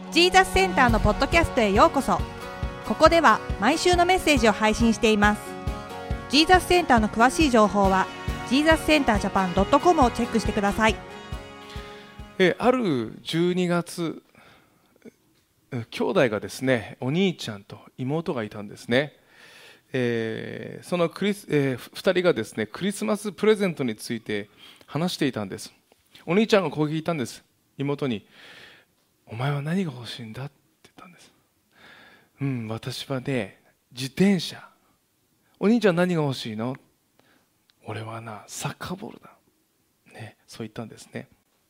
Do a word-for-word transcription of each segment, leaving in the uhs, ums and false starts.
ジーザスセンターのポッドキャストへようこそ。ここでは毎週のメッセージを配信しています。ジーザスセンターの詳しい情報は ジーザスセンタージャパンドットコム をチェックしてください。 えあるじゅうにがつ、兄弟がですね、お兄ちゃんと妹がいたんですね。えー、そのクリス、えー、ふたりがですね、クリスマスプレゼントについて話していたんです。お兄ちゃんがこう聞いたんです。妹に、お前は何が欲しいんだって言ったんです。うん、私はね、自転車。お兄ちゃん何が欲しいの？俺はな、サッカーボールだ。ね、そう言ったんですね。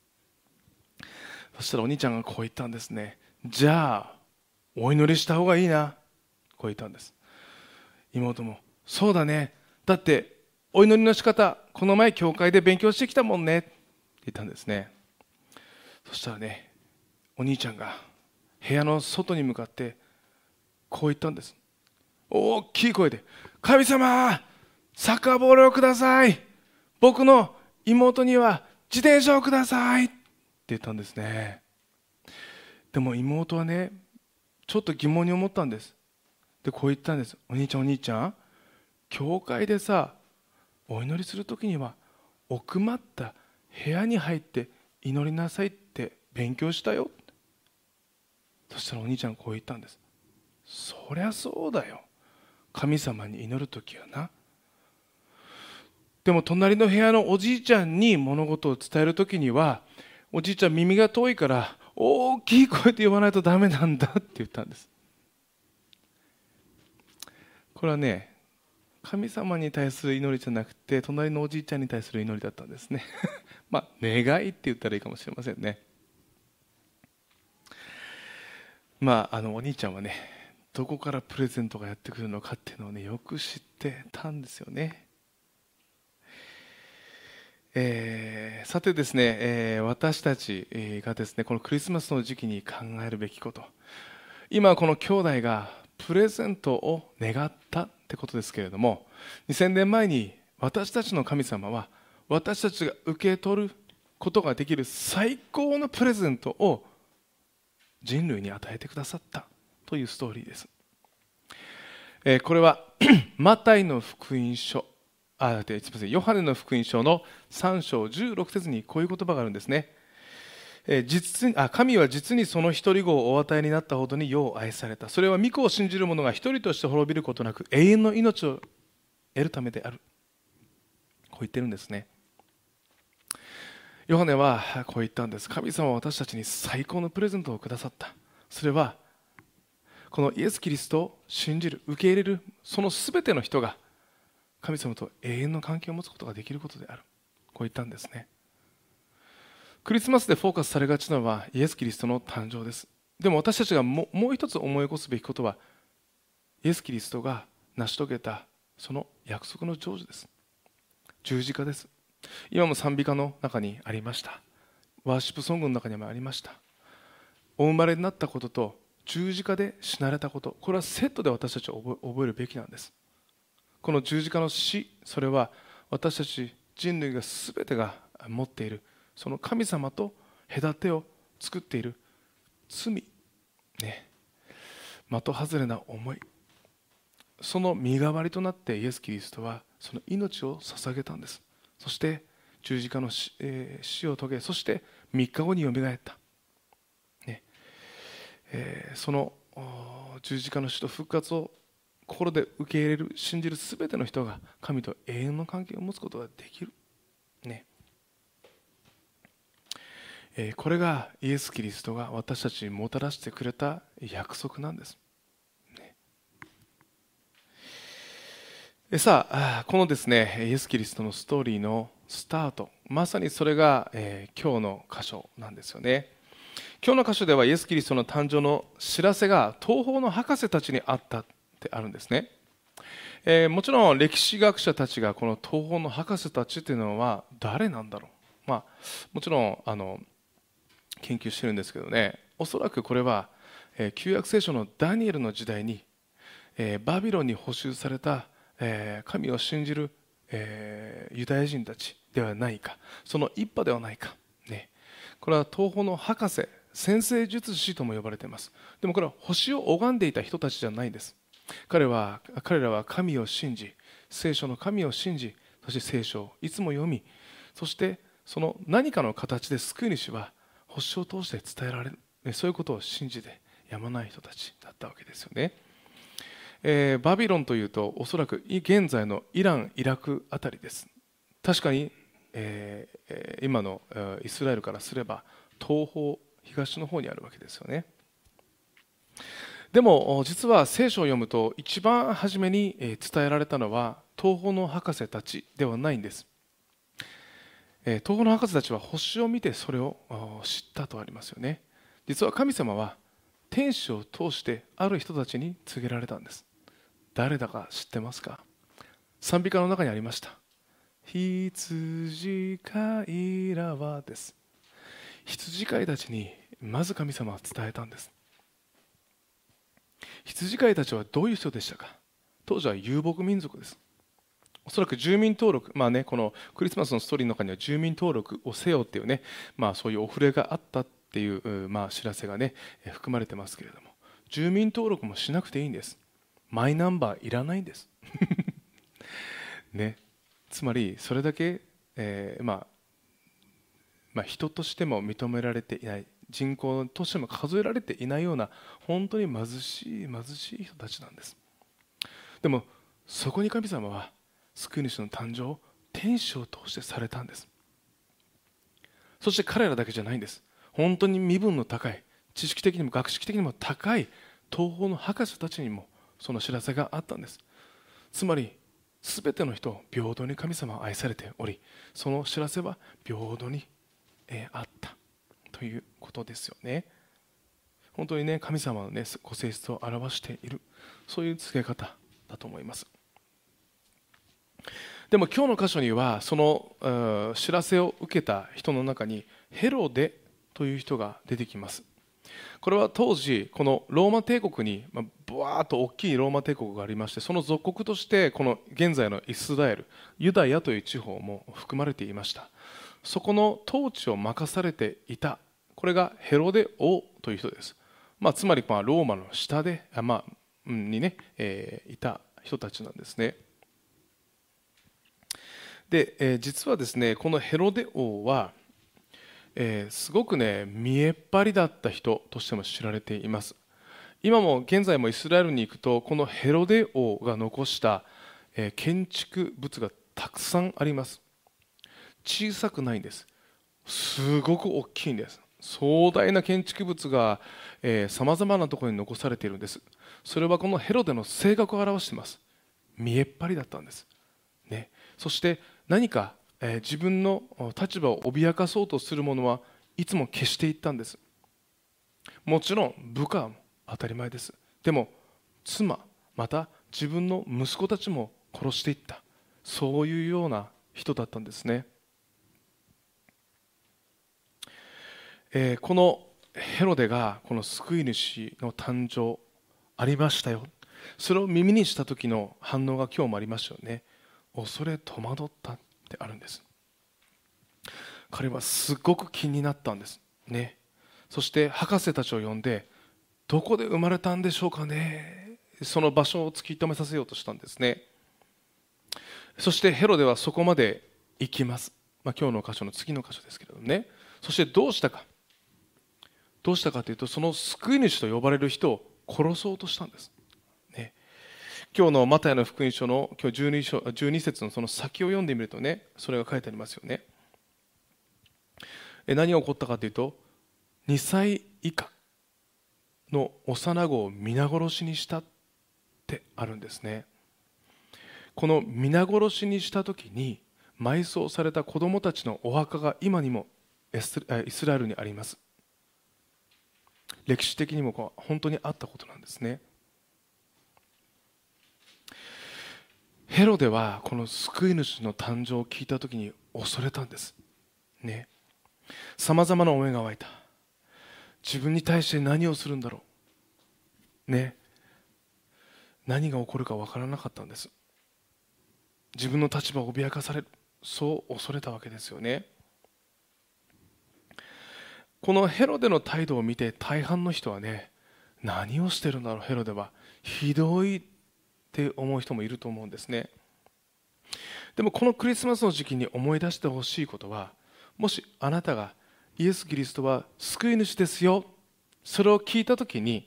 そしたらお兄ちゃんがこう言ったんですね。じゃあ、お祈りした方がいいな。こう言ったんです。妹も、そうだね。だって、お祈りの仕方、この前教会で勉強してきたもんね。って言ったんですね。そしたらね、お兄ちゃんが部屋の外に向かってこう言ったんです。大きい声で、神様、サッカーボールをください。僕の妹には自転車をくださいって言ったんですね。でも妹はね、ちょっと疑問に思ったんです。で、こう言ったんです。お兄ちゃんお兄ちゃん、教会でさ、お祈りするときには奥まった部屋に入って祈りなさいって勉強したよ。そしたらお兄ちゃんこう言ったんです。そりゃそうだよ。神様に祈るときはな。でも隣の部屋のおじいちゃんに物事を伝えるときには、おじいちゃん耳が遠いから大きい声で言わないとダメなんだって言ったんです。これはね、神様に対する祈りじゃなくて、隣のおじいちゃんに対する祈りだったんですね。まあ、願いって言ったらいいかもしれませんね。まあ、あのお兄ちゃんはね、どこからプレゼントがやってくるのかっていうのをね、よく知ってたんですよね。えー、さてですね、えー、私たちがですね、このクリスマスの時期に考えるべきこと、今この兄弟がプレゼントを願ったってことですけれども、にせんねんまえに私たちの神様は私たちが受け取ることができる最高のプレゼントを人類に与えてくださったというストーリーです。えー、これはマタイの福音書、あ、すみません、ヨハネの福音書のさん章じゅうろく節にこういう言葉があるんですね。えー、実にあ神は実にその一人子をお与えになったほどによう愛された。それは御子を信じる者が一人として滅びることなく永遠の命を得るためである。こう言ってるんですね。ヨハネはこう言ったんです。神様は私たちに最高のプレゼントをくださった。それはこのイエス・キリストを信じる、受け入れる、そのすべての人が神様と永遠の関係を持つことができることである。こう言ったんですね。クリスマスでフォーカスされがちなのはイエス・キリストの誕生です。でも私たちがももう一つ思い起こすべきことは、イエス・キリストが成し遂げたその約束の成就です。十字架です。今も賛美歌の中にありました。ワーシップソングの中にもありました。お生まれになったことと十字架で死なれたこと、これはセットで私たちは覚え、覚えるべきなんです。この十字架の死、それは私たち人類が全てが持っているその神様と隔てを作っている罪、ね、的外れな思い、その身代わりとなってイエス・キリストはその命を捧げたんです。そして十字架の 死,、えー、死を遂げ、そしてみっかごによみがえった、ねえー、その十字架の死と復活を心で受け入れる、信じるすべての人が神と永遠の関係を持つことができる、ねえー、これがイエス・キリストが私たちにもたらしてくれた約束なんです。さあ、このですね、イエス・キリストのストーリーのスタート、まさにそれが、えー、今日の箇所なんですよね。今日の箇所ではイエス・キリストの誕生の知らせが東方の博士たちにあったってあるんですね。えー、もちろん歴史学者たちがこの東方の博士たちっていうのは誰なんだろう、まあ、もちろんあの研究してるんですけどね、おそらくこれは、えー、旧約聖書のダニエルの時代に、えー、バビロンに捕囚されたえー、神を信じる、えー、ユダヤ人たちではないか、その一派ではないか、ね、これは東方の博士先生術師とも呼ばれています。でもこれは星を拝んでいた人たちじゃないんです。彼は彼らは神を信じ、聖書の神を信じ、そして聖書をいつも読み、そしてその何かの形で救い主は星を通して伝えられる、そういうことを信じてやまない人たちだったわけですよね。えー、バビロンというとおそらく現在のイラン・イラクあたりです。確かに、えー、今のイスラエルからすれば東方、東の方にあるわけですよね。でも実は聖書を読むと一番初めに伝えられたのは東方の博士たちではないんです。東方の博士たちは星を見てそれを知ったとありますよね。実は神様は天使を通してある人たちに告げられたんです。誰だか知ってますか？賛美歌の中にありました。羊飼いらはです。羊飼いたちにまず神様は伝えたんです。羊飼いたちはどういう人でしたか？当時は遊牧民族です。おそらく住民登録、まあね、このクリスマスのストーリーの中には住民登録をせよっていうね、まあ、そういうお触れがあったっていう、まあ、知らせがね含まれてますけれども、住民登録もしなくていいんです。マイナンバーいらないんですね、つまりそれだけ、えーまあまあ、人としても認められていない、人口としても数えられていないような本当に貧しい貧しい人たちなんです。でもそこに神様は救い主の誕生を天使を通してされたんです。そして彼らだけじゃないんです。本当に身分の高い、知識的にも学識的にも高い東方の博士たちにもその知らせがあったんです。つまり全ての人を平等に神様は愛されており、その知らせは平等にあったということですよね。本当にね、神様のねご性質を表している、そういう告げ方だと思います。でも今日の箇所にはその知らせを受けた人の中にヘロデという人が出てきます。これは当時このローマ帝国にブワーッと大きいローマ帝国がありまして、その属国としてこの現在のイスラエル、ユダヤという地方も含まれていました。そこの統治を任されていた、これがヘロデ王という人です。まあ、つまりまあローマの下で、まあ、にね、えー、いた人たちなんですね。で、えー、実はですね、このヘロデ王は、えー、すごくね見えっ張りだった人としても知られています。今も現在もイスラエルに行くとこのヘロデ王が残した、えー、建築物がたくさんあります。小さくないんです。すごく大きいんです。壮大な建築物がさまざまなところに残されているんです。それはこのヘロデの性格を表しています。見えっ張りだったんです、ね、そして何か、えー、自分の立場を脅かそうとする者はいつも消していったんです。もちろん部下も当たり前です。でも妻、また自分の息子たちも殺していった、そういうような人だったんですね。えー、このヘロデがこの救い主の誕生ありましたよ、それを耳にした時の反応が今日もありましたよね。恐れ戸惑ったってあるんです。彼はすごく気になったんですね。そして博士たちを呼んで、どこで生まれたんでしょうかね、その場所を突き止めさせようとしたんですね。そしてヘロデはそこまで行きます、まあ、今日の箇所の次の箇所ですけれどもね。そしてどうしたかどうしたかというと、その救い主と呼ばれる人を殺そうとしたんです、ね、今日のマタイの福音書の今日じゅうに章、じゅうに節のその先を読んでみるとね、それが書いてありますよね。何が起こったかというと、にさい以下の幼子を皆殺しにしたってあるんですね。この皆殺しにした時に埋葬された子供たちのお墓が今にもイスラエルにあります。歴史的にも本当にあったことなんですね。ヘロデはこの救い主の誕生を聞いた時に恐れたんですね。さまざまな思いが湧いた。自分に対して何をするんだろうね、何が起こるか分からなかったんです。自分の立場を脅かされる、そう恐れたわけですよね。 このヘロデの態度を見て大半の人はね、何をしてるんだろうヘロデは、ひどいって思う人もいると思うんですね。でもこのクリスマスの時期に思い出してほしいことは、もしあなたがイエス・キリストは救い主ですよ、それを聞いたときに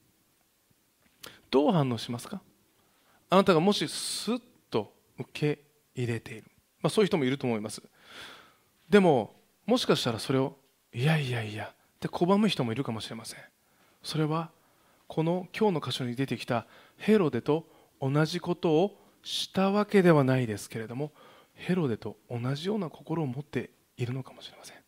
どう反応しますか？あなたがもしスッと受け入れている、まあ、そういう人もいると思います。でももしかしたらそれをいやいやいやって拒む人もいるかもしれません。それはこの今日の箇所に出てきたヘロデと同じことをしたわけではないですけれども、ヘロデと同じような心を持っているのかもしれません。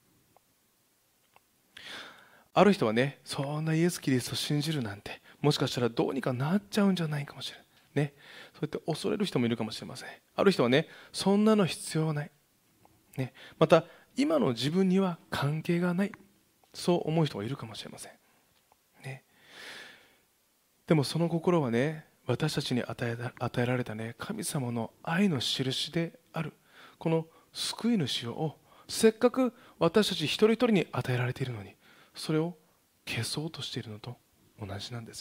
ある人はね、そんなイエス・キリストを信じるなんて、もしかしたらどうにかなっちゃうんじゃないかもしれないね、そうやって恐れる人もいるかもしれません。ある人はね、そんなの必要ない、ね、また今の自分には関係がない、そう思う人がいるかもしれません、ね、でもその心はね、私たちに与え、与えられたね、神様の愛の印であるこの救い主をせっかく私たち一人一人に与えられているのに、それを消そうとしているのと同じなんです。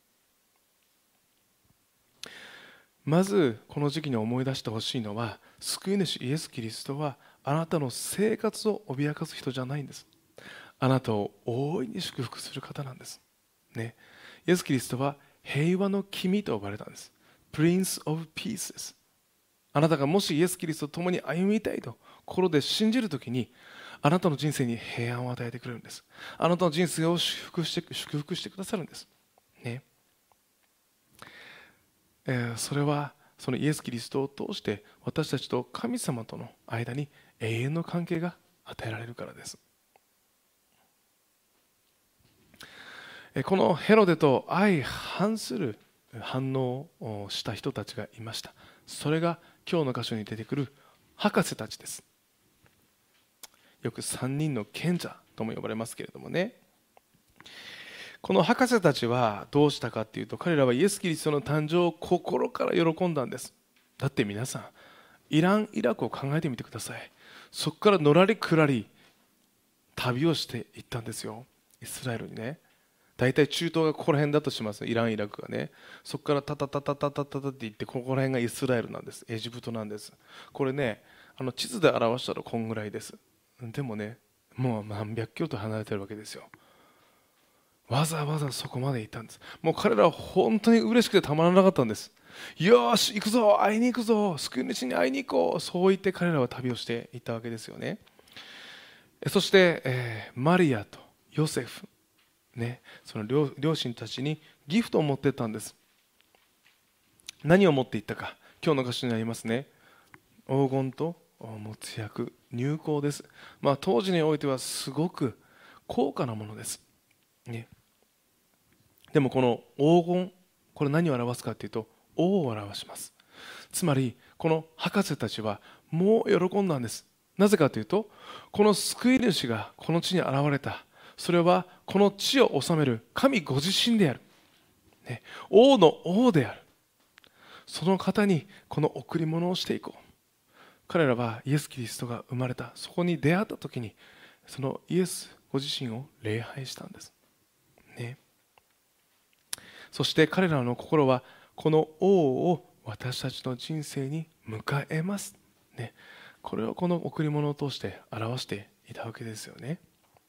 まずこの時期に思い出してほしいのは、救い主イエス・キリストはあなたの生活を脅かす人じゃないんです。あなたを大いに祝福する方なんです、ね、イエス・キリストは平和の君と呼ばれたんです。 Prince of Peace です。あなたがもしイエス・キリストと共に歩みたいと心で信じるときに、あなたの人生に平安を与えてくれるんです。あなたの人生を祝福して、祝福してくださるんです、ねえー、それはそのイエス・キリストを通して私たちと神様との間に永遠の関係が与えられるからです。このヘロデと相反する反応をした人たちがいました。それが今日の箇所に出てくる博士たちです。よくさんにんの賢者とも呼ばれますけれどもね、この博士たちはどうしたかというと、彼らはイエス・キリストの誕生を心から喜んだんです。だって皆さん、イラン・イラクを考えてみてください。そこからのらりくらり旅をしていったんですよ、イスラエルにね。大体中東がここら辺だとします。イラン・イラクがね、そこからタタタタタタタタっていって、ここら辺がイスラエルなんです。エジプトなんです。これね、あの地図で表したらこんぐらいです。でもね、もう何百キロと離れてるわけですよ。わざわざそこまで行ったんです。もう彼らは本当に嬉しくてたまらなかったんです。よし行くぞ、会いに行くぞ、救い主に会いに行こう、そう言って彼らは旅をしていったわけですよね。そして、えー、マリアとヨセフ、ね、その 両, 両親たちにギフトを持っていったんです。何を持っていったか、今日の箇所にありますね。黄金と没薬、乳香です。まあ、当時においてはすごく高価なものです、ね、でもこの黄金、これ何を表すかというと王を表します。つまりこの博士たちはもう喜んだんです。なぜかというと、この救い主がこの地に現れた、それはこの地を治める神ご自身である、ね、王の王である。その方にこの贈り物をしていこう。彼らはイエス・キリストが生まれた、そこに出会った時にそのイエスご自身を礼拝したんです、ね、そして彼らの心はこの王を私たちの人生に迎えます、ね、これをこの贈り物を通して表していたわけですよね。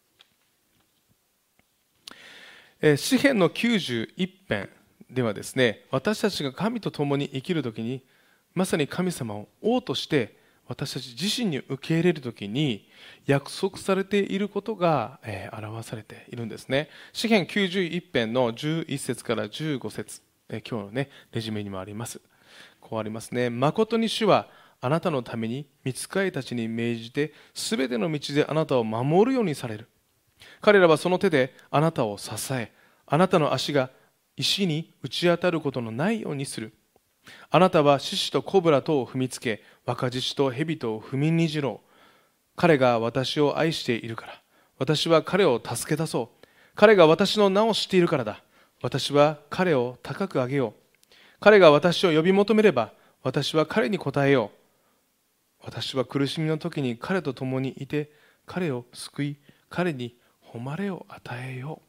詩編のきゅうじゅういち編ではですね、私たちが神と共に生きるときに、まさに神様を王として私たち自身に受け入れるときに約束されていることが、えー、表されているんですね。詩編きゅうじゅういち編のじゅういっ節からじゅうご節、えー、今日のねレジュメにもあります。こうありますね。誠に主はあなたのために御使いたちに命じて、すべての道であなたを守るようにされる。彼らはその手であなたを支え、あなたの足が石に打ち当たることのないようにする。あなたは獅子とコブラとを踏みつけ、若獅子と蛇とを踏みにじろう。彼が私を愛しているから、私は彼を助け出そう。彼が私の名を知っているからだ。私は彼を高く上げよう。彼が私を呼び求めれば、私は彼に答えよう。私は苦しみの時に彼と共にいて、彼を救い、 彼に誉れを与えよ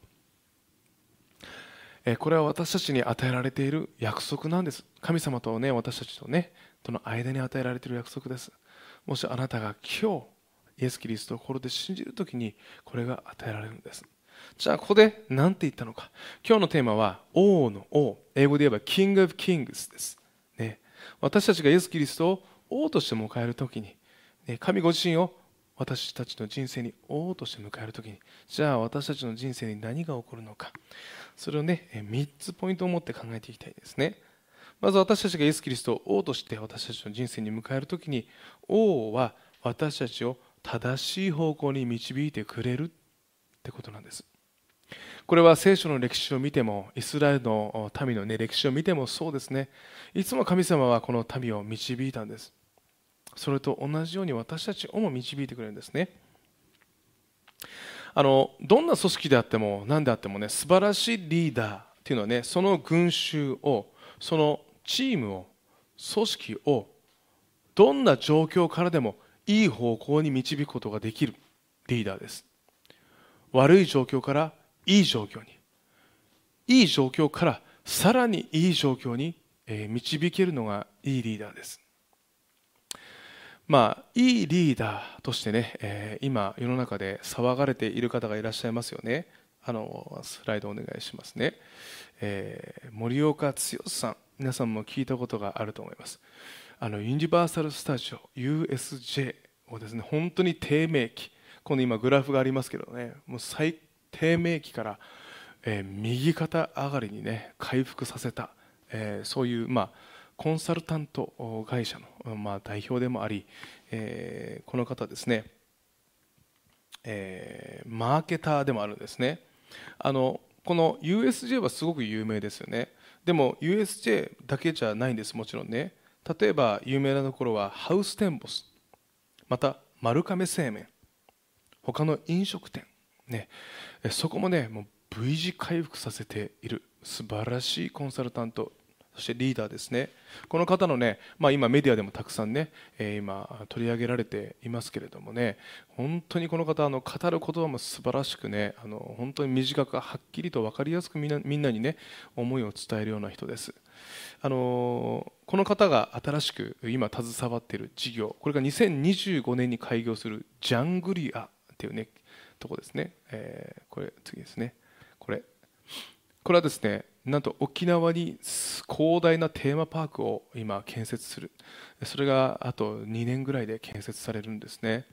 う。これは私たちに与えられている約束なんです。神様とね、私たちとね、との間に与えられている約束です。もしあなたが今日イエス・キリストを心で信じるときにこれが与えられるんです。じゃあここで何て言ったのか。今日のテーマは王の王、英語で言えば King of Kings です、ね、私たちがイエス・キリストを王として迎えるときに、ね、神ご自身を私たちの人生に王として迎えるときに、じゃあ私たちの人生に何が起こるのか、それをねみっつポイントを持って考えていきたいですね。まず私たちがイエス・キリストを王として私たちの人生に迎えるときに、王は私たちを正しい方向に導いてくれるってことなんです。これは聖書の歴史を見ても、イスラエルの民の、ね、歴史を見てもそうですね。いつも神様はこの民を導いたんです。それと同じように私たちをも導いてくれるんですね。あのどんな組織であっても何であってもね、素晴らしいリーダーっていうのはね、その群衆を、そのチームを、組織をどんな状況からでもいい方向に導くことができるリーダーです。悪い状況からいい状況に、いい状況からさらにいい状況に導けるのがいいリーダーです。まあ、いいリーダーとしてね、えー、今世の中で騒がれている方がいらっしゃいますよね。あのスライドお願いしますね。えー、森岡剛さん、皆さんも聞いたことがあると思います。あのユニバーサル・スタジオ ユーエスジェー をですね、本当に低迷期、この今グラフがありますけどね、もう最低迷期から、えー、右肩上がりにね回復させた、えー、そういう、まあ、コンサルタント会社の、まあ、代表でもあり、えー、この方ですね、えー、マーケターでもあるんですね。あのこの ユーエスジェー はすごく有名ですよね。でも ユーエスジェー だけじゃないんです。もちろんね、例えば有名なところはハウステンボス、また丸亀製麺、他の飲食店、ね、そこもねもう V 字回復させている素晴らしいコンサルタント、そしてリーダーですね。この方のね、まあ、今メディアでもたくさんね、えー、今取り上げられていますけれどもね、本当にこの方、あの語る言葉も素晴らしくね、あの本当に短くはっきりと分かりやすくみんな、みんなにね思いを伝えるような人です。あのこの方が新しく今携わっている事業、これがにせんにじゅうごねんに開業するジャングリアっていうねとこですね。えー、これ次ですね。これこれはですね、なんと沖縄に広大なテーマパークを今建設する。それがあとにねんぐらいで建設されるんですね。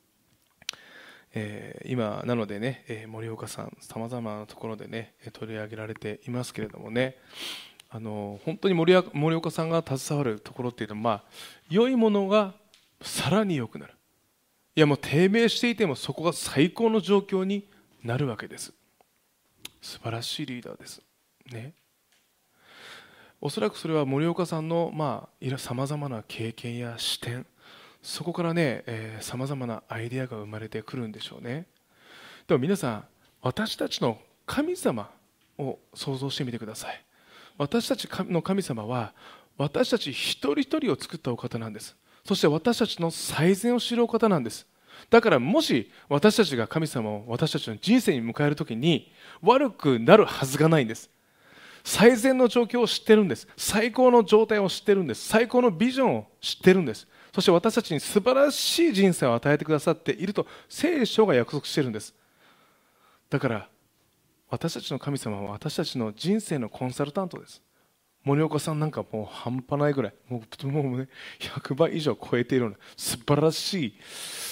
えー、今なのでね、えー、森岡さんさまざまなところでね取り上げられていますけれどもね、あの本当に 森, 森岡さんが携わるところっていうのは、まあ、良いものがさらに良くなる。いやもう低迷していてもそこが最高の状況になるわけです。素晴らしいリーダーですね。おそらくそれは森岡さんのさまざまな経験や視点、そこからねさまざまなアイデアが生まれてくるんでしょうね。でも皆さん、私たちの神様を想像してみてください。私たちの神様は私たち一人一人を作ったお方なんです。そして私たちの最善を知るお方なんです。だからもし私たちが神様を私たちの人生に迎えるときに悪くなるはずがないんです。最善の状況を知ってるんです。最高の状態を知ってるんです。最高のビジョンを知ってるんです。そして私たちに素晴らしい人生を与えてくださっていると聖書が約束しているんです。だから私たちの神様は私たちの人生のコンサルタントです。森岡さんなんかもう半端ないぐらい、もう、もうね、ひゃくばい以上超えているような素晴らしい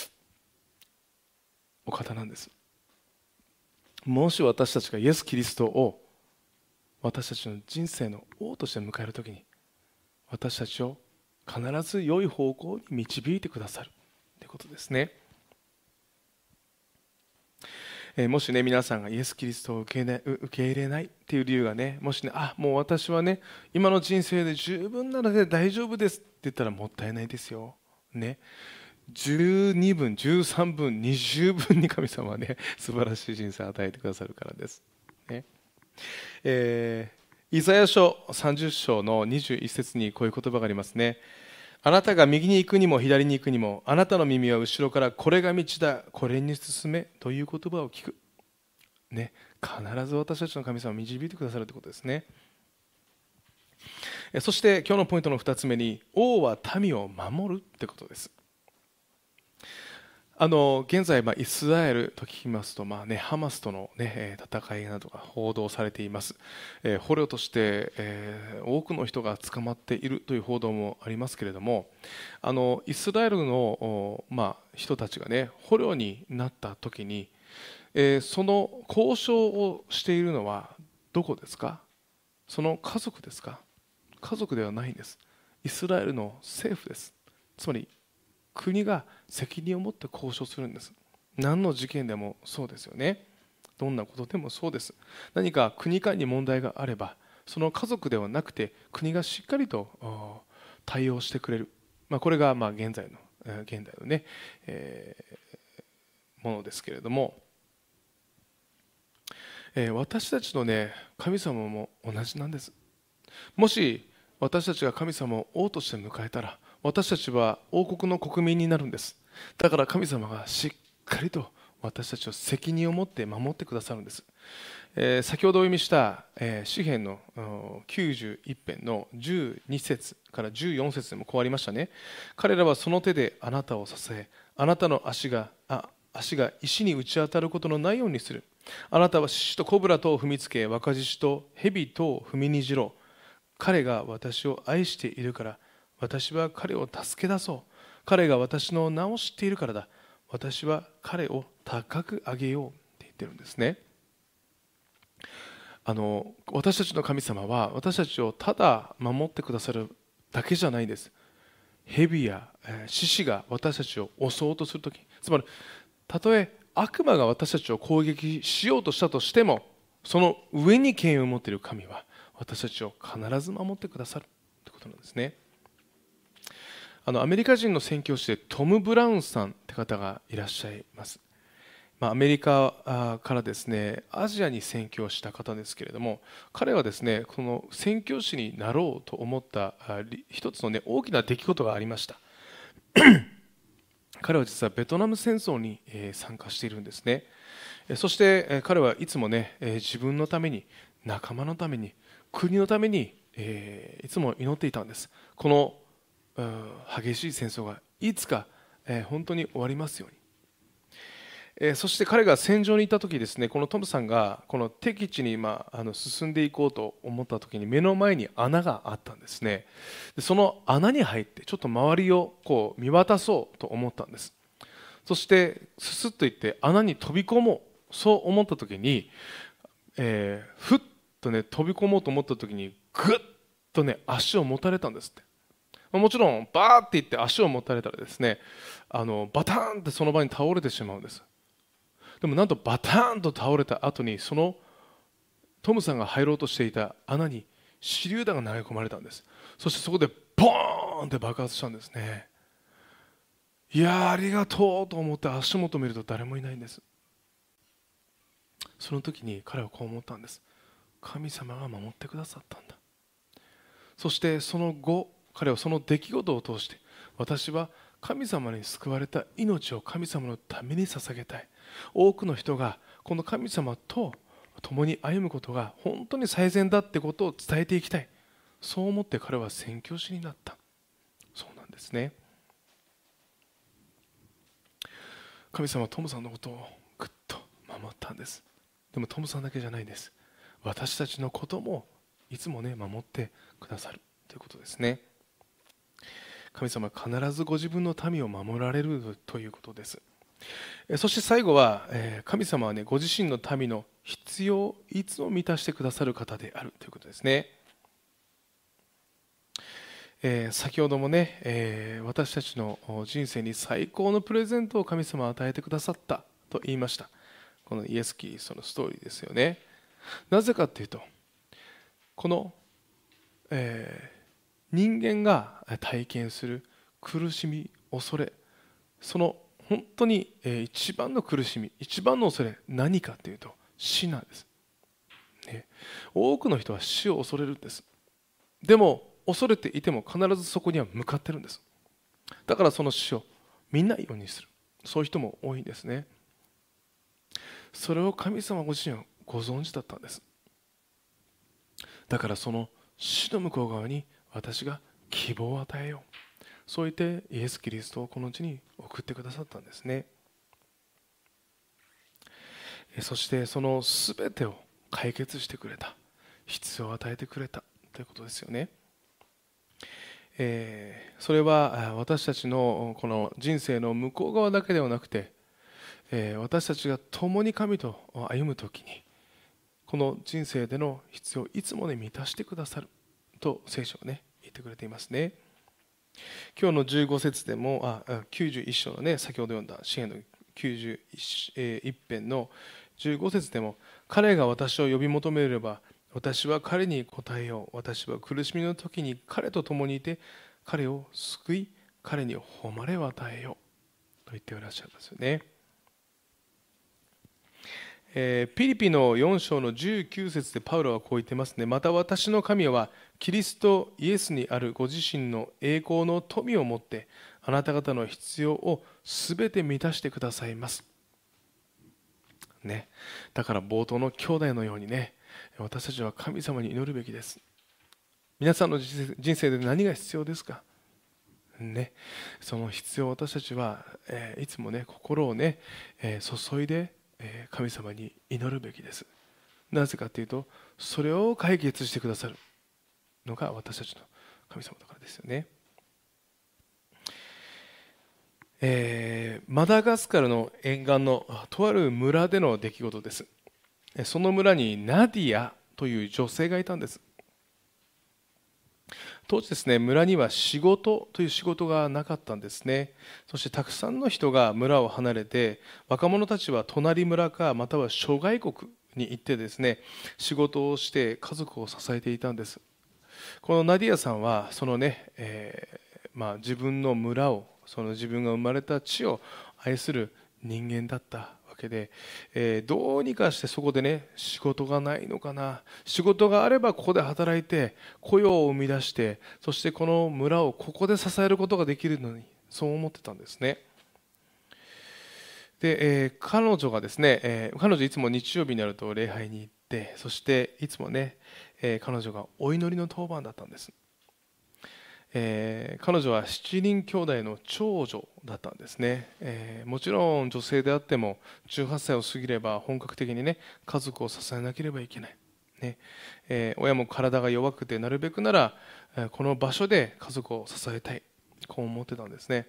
お方なんです。もし私たちがイエス・キリストを私たちの人生の王として迎えるときに、私たちを必ず良い方向に導いてくださるということですね。えー、もしね皆さんがイエス・キリストを受けね、受け入れないっていう理由がね、もしね、あ、もう私はね今の人生で十分なので大丈夫ですって言ったらもったいないですよね。十二分、十三分、二十分に神様はね素晴らしい人生を与えてくださるからです、ね。えー、イザヤ書さんじゅっ章のにじゅういち節にこういう言葉がありますね。 あなたが右に行くにも左に行くにも、あなたの耳は後ろからこれが道だ、これに進めという言葉を聞く、ね、必ず私たちの神様を導いてくださるということですね。そして今日のポイントのふたつめに、王は民を守るということです。あの現在、まあ、イスラエルと聞きますと、まあね、ハマスとの、ね、戦いなどが報道されています。えー、捕虜として、えー、多くの人が捕まっているという報道もありますけれども、あのイスラエルの、まあ、人たちが、ね、捕虜になった時に、えー、その交渉をしているのはどこですか？その家族ですか？家族ではないんです。イスラエルの政府です。つまり国が責任を持って交渉するんです。何の事件でもそうですよね。どんなことでもそうです。何か国間に問題があれば、その家族ではなくて国がしっかりと対応してくれる、まあ、これがまあ現在の現代のね、えー、ものですけれども、えー、私たちのね、神様も同じなんです。もし私たちが神様を王として迎えたら、私たちは王国の国民になるんです。だから神様がしっかりと私たちを責任を持って守ってくださるんです。えー、先ほどお読みした、えー、詩編のきゅうじゅういち編のじゅうに節からじゅうよん節でもこうありましたね。彼らはその手であなたを支え、あなたの足があ足が石に打ち当たることのないようにする。あなたは獅子とコブラとを踏みつけ、若獅子と蛇とを踏みにじろう。彼が私を愛しているから私は彼を助け出そう。彼が私の名を知っているからだ。私は彼を高く上げようって言ってるんですね。あの私たちの神様は私たちをただ守ってくださるだけじゃないんです。蛇や獅子が私たちを襲おうとするとき、つまりたとえ悪魔が私たちを攻撃しようとしたとしても、その上に権威を持っている神は私たちを必ず守ってくださるということなんですね。あのアメリカ人の宣教師でトム・ブラウンさんって方がいらっしゃいます。まあ、アメリカからですね、アジアに宣教した方ですけれども、彼はですね、この宣教師になろうと思った一つの、ね、大きな出来事がありました。彼は実はベトナム戦争に参加しているんですね。そして彼はいつもね、自分のために、仲間のために、国のためにいつも祈っていたんです。この激しい戦争がいつか本当に終わりますように。そして彼が戦場にいた時ですね、このトムさんがこの敵地にまああの進んでいこうと思った時に目の前に穴があったんですね。でその穴に入ってちょっと周りをこう見渡そうと思ったんです。そしてススッといって穴に飛び込もう、そう思った時に、えー、ふっとね飛び込もうと思った時にぐっとね足を持たれたんですって。もちろんバーっていって足を持たれたらですね、あのバターンってその場に倒れてしまうんです。でもなんとバターンと倒れた後にそのトムさんが入ろうとしていた穴に手榴弾が投げ込まれたんです。そしてそこでボーンって爆発したんですね。いやーありがとうと思って足元を見ると誰もいないんです。その時に彼はこう思ったんです。神様が守ってくださったんだ。そしてその後彼はその出来事を通して、私は神様に救われた命を神様のために捧げたい。多くの人がこの神様と共に歩むことが本当に最善だってことを伝えていきたい。そう思って彼は宣教師になった。そうなんですね。神様はトムさんのことをぐっと守ったんです。でもトムさんだけじゃないんです。私たちのこともいつもね守ってくださるということですね。神様は必ずご自分の民を守られるということです。そして最後は、神様はねご自身の民の必要をいつも満たしてくださる方であるということですね。えー、先ほどもね、えー、私たちの人生に最高のプレゼントを神様は与えてくださったと言いました。このイエス・キリストのストーリーですよね。なぜかというと、この、えー人間が体験する苦しみ、恐れ、その本当に一番の苦しみ、一番の恐れ、何かというと死なんです、ね、多くの人は死を恐れるんです。でも恐れていても必ずそこには向かってるんです。 だからその死を見ないようにする、そういう人も多いんですね。それを神様ご自身はご存知だったんです。だからその死の向こう側に私が希望を与えよう、そう言ってイエス・キリストをこの地に送ってくださったんですね。そしてそのすべてを解決してくれた、必要を与えてくれたということですよね。えー、それは私たちのこの人生の向こう側だけではなくて、えー、私たちが共に神と歩むときにこの人生での必要をいつもね満たしてくださると聖書がね言ってくれていますね。今日のじゅうご節でもあきゅうじゅういっ章のね、先ほど読んだ詩篇のきゅうじゅういち編のじゅうご節でも、彼が私を呼び求めれば私は彼に答えよう、私は苦しみの時に彼と共にいて彼を救い彼に誉れを与えようと言っていらっしゃるんですよね。えー、ピリピのよん章のじゅうきゅう節でパウロはこう言ってますね。また私の神はキリストイエスにあるご自身の栄光の富をもってあなた方の必要をすべて満たしてくださいます、ね、だから冒頭の兄弟のようにね、私たちは神様に祈るべきです。皆さんの人生で何が必要ですか、ね、その必要を私たちは、えー、いつもね心をね、えー、注いで神様に祈るべきです。なぜかというと、それを解決してくださるのが私たちの神様だからですよね。えー、マダガスカルの沿岸のとある村での出来事です。その村にナディアという女性がいたんです。当時ですね、村には仕事という仕事がなかったんですね。そしてたくさんの人が村を離れて、若者たちは隣村かまたは諸外国に行ってですね、仕事をして家族を支えていたんです。このナディアさんはそのね、えーまあ、自分の村を、その自分が生まれた地を愛する人間だったわけで、えー、どうにかしてそこでね仕事がないのかな、仕事があればここで働いて雇用を生み出して、そしてこの村をここで支えることができるのに、そう思ってたんですね。で、えー、彼女がですね、えー、彼女いつも日曜日になると礼拝に行って、そしていつもね、えー、彼女がお祈りの当番だったんです。えー、彼女はしちにん兄弟の長女だったんですね。えー、もちろん女性であってもじゅうはっさいを過ぎれば本格的にね家族を支えなければいけない、ねえー、親も体が弱くてなるべくならこの場所で家族を支えたい、こう思ってたんですね。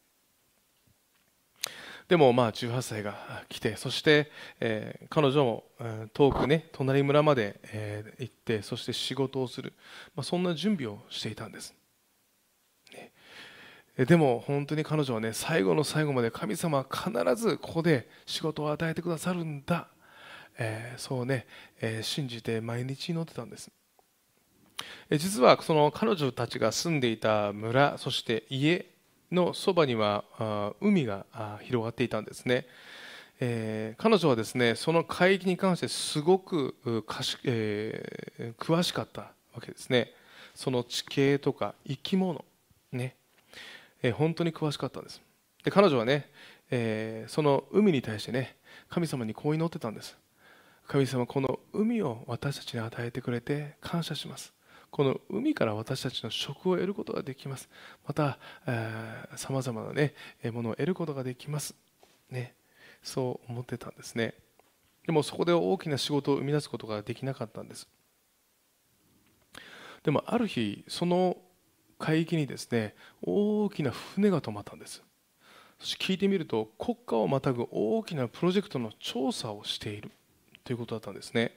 でもまあじゅうはっさいが来て、そして、えー、彼女も遠くね隣村まで、えー、行って、そして仕事をする、まあ、そんな準備をしていたんです。でも本当に彼女はね、最後の最後まで神様は必ずここで仕事を与えてくださるんだ、えー、そうね、えー、信じて毎日祈ってたんです。えー、実はその彼女たちが住んでいた村、そして家のそばにはあ海があ広がっていたんですね。えー、彼女はですねその海域に関してすごくかし、えー、詳しかったわけですね。その地形とか生き物ね、えー、本当に詳しかったんです。で彼女はね、えー、その海に対してね神様にこう祈ってたんです。神様、この海を私たちに与えてくれて感謝します。この海から私たちの食を得ることができます。またさまざまな、ね、ものを得ることができます、ね、そう思ってたんですね。でもそこで大きな仕事を生み出すことができなかったんです。でもある日その海域にですね大きな船が止まったんです。そして聞いてみると、国家をまたぐ大きなプロジェクトの調査をしているということだったんですね。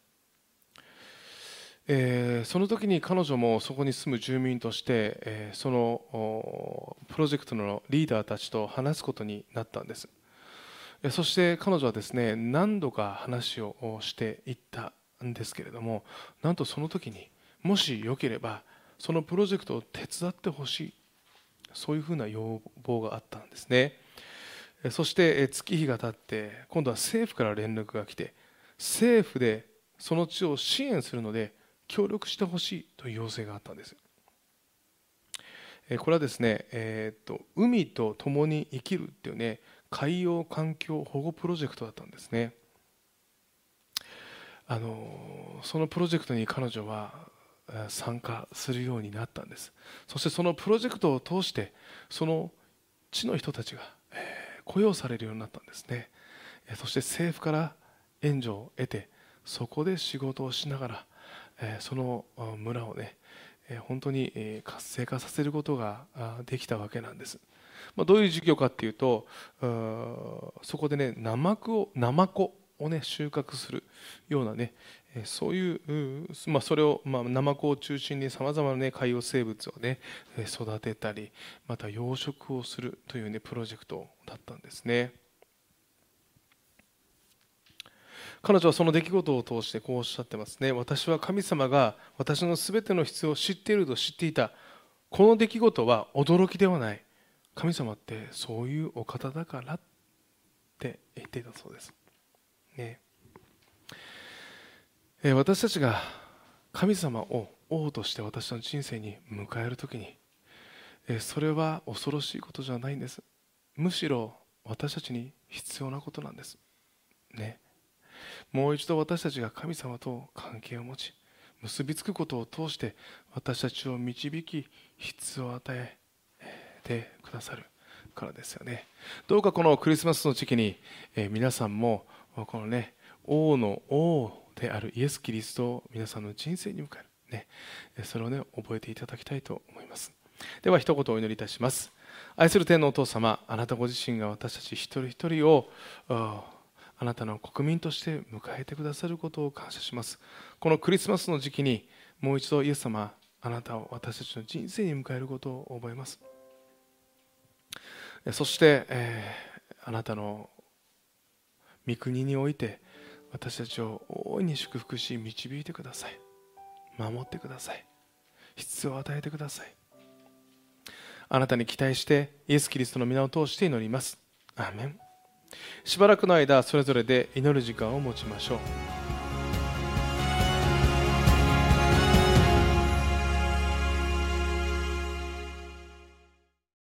えー、その時に彼女もそこに住む住民として、えー、そのプロジェクトのリーダーたちと話すことになったんです。そして彼女はですね何度か話をしていったんですけれども、なんとその時にもしよければそのプロジェクトを手伝ってほしい、そういうふうな要望があったんですね。そして月日が経って今度は政府から連絡が来て、政府でその地を支援するので協力してほしいという要請があったんです。 これはですね、えー、と海と共に生きるっていうね、海洋環境保護プロジェクトだったんですね。あのそのプロジェクトに彼女は参加するようになったんです。そしてそのプロジェクトを通してその地の人たちが雇用されるようになったんですね。そして政府から援助を得て、そこで仕事をしながらその村をね、本当に活性化させることができたわけなんです。どういう授業かっていうと、そこでね、ナマコをナマコをね収穫するようなね、そういう、まあ、それを、まあ、ナマコを中心にさまざまな、ね、海洋生物をね育てたり、また養殖をするという、ね、プロジェクトだったんですね。彼女はその出来事を通してこうおっしゃってますね。私は神様が私のすべての必要を知っていると知っていた。この出来事は驚きではない。神様ってそういうお方だからって言っていたそうです、ね、私たちが神様を王として私の人生に迎えるときに、それは恐ろしいことじゃないんです。むしろ私たちに必要なことなんです、ね、もう一度私たちが神様と関係を持ち、結びつくことを通して私たちを導き、質を与えてくださるからですよね。どうかこのクリスマスの時期に、えー、皆さんもこのね、王の王であるイエス・キリストを皆さんの人生に迎える、ね、それをね覚えていただきたいと思います。では一言お祈りいたします。愛する天のお父様、あなたご自身が私たち一人一人をあなたの国民として迎えてくださることを感謝します。このクリスマスの時期にもう一度イエス様、あなたを私たちの人生に迎えることを覚えます。そして、えー、あなたの御国において私たちを大いに祝福し導いてください。守ってください。必要を与えてください。あなたに期待してイエス・キリストの皆を通して祈ります。アーメン。しばらくの間それぞれで祈る時間を持ちましょう。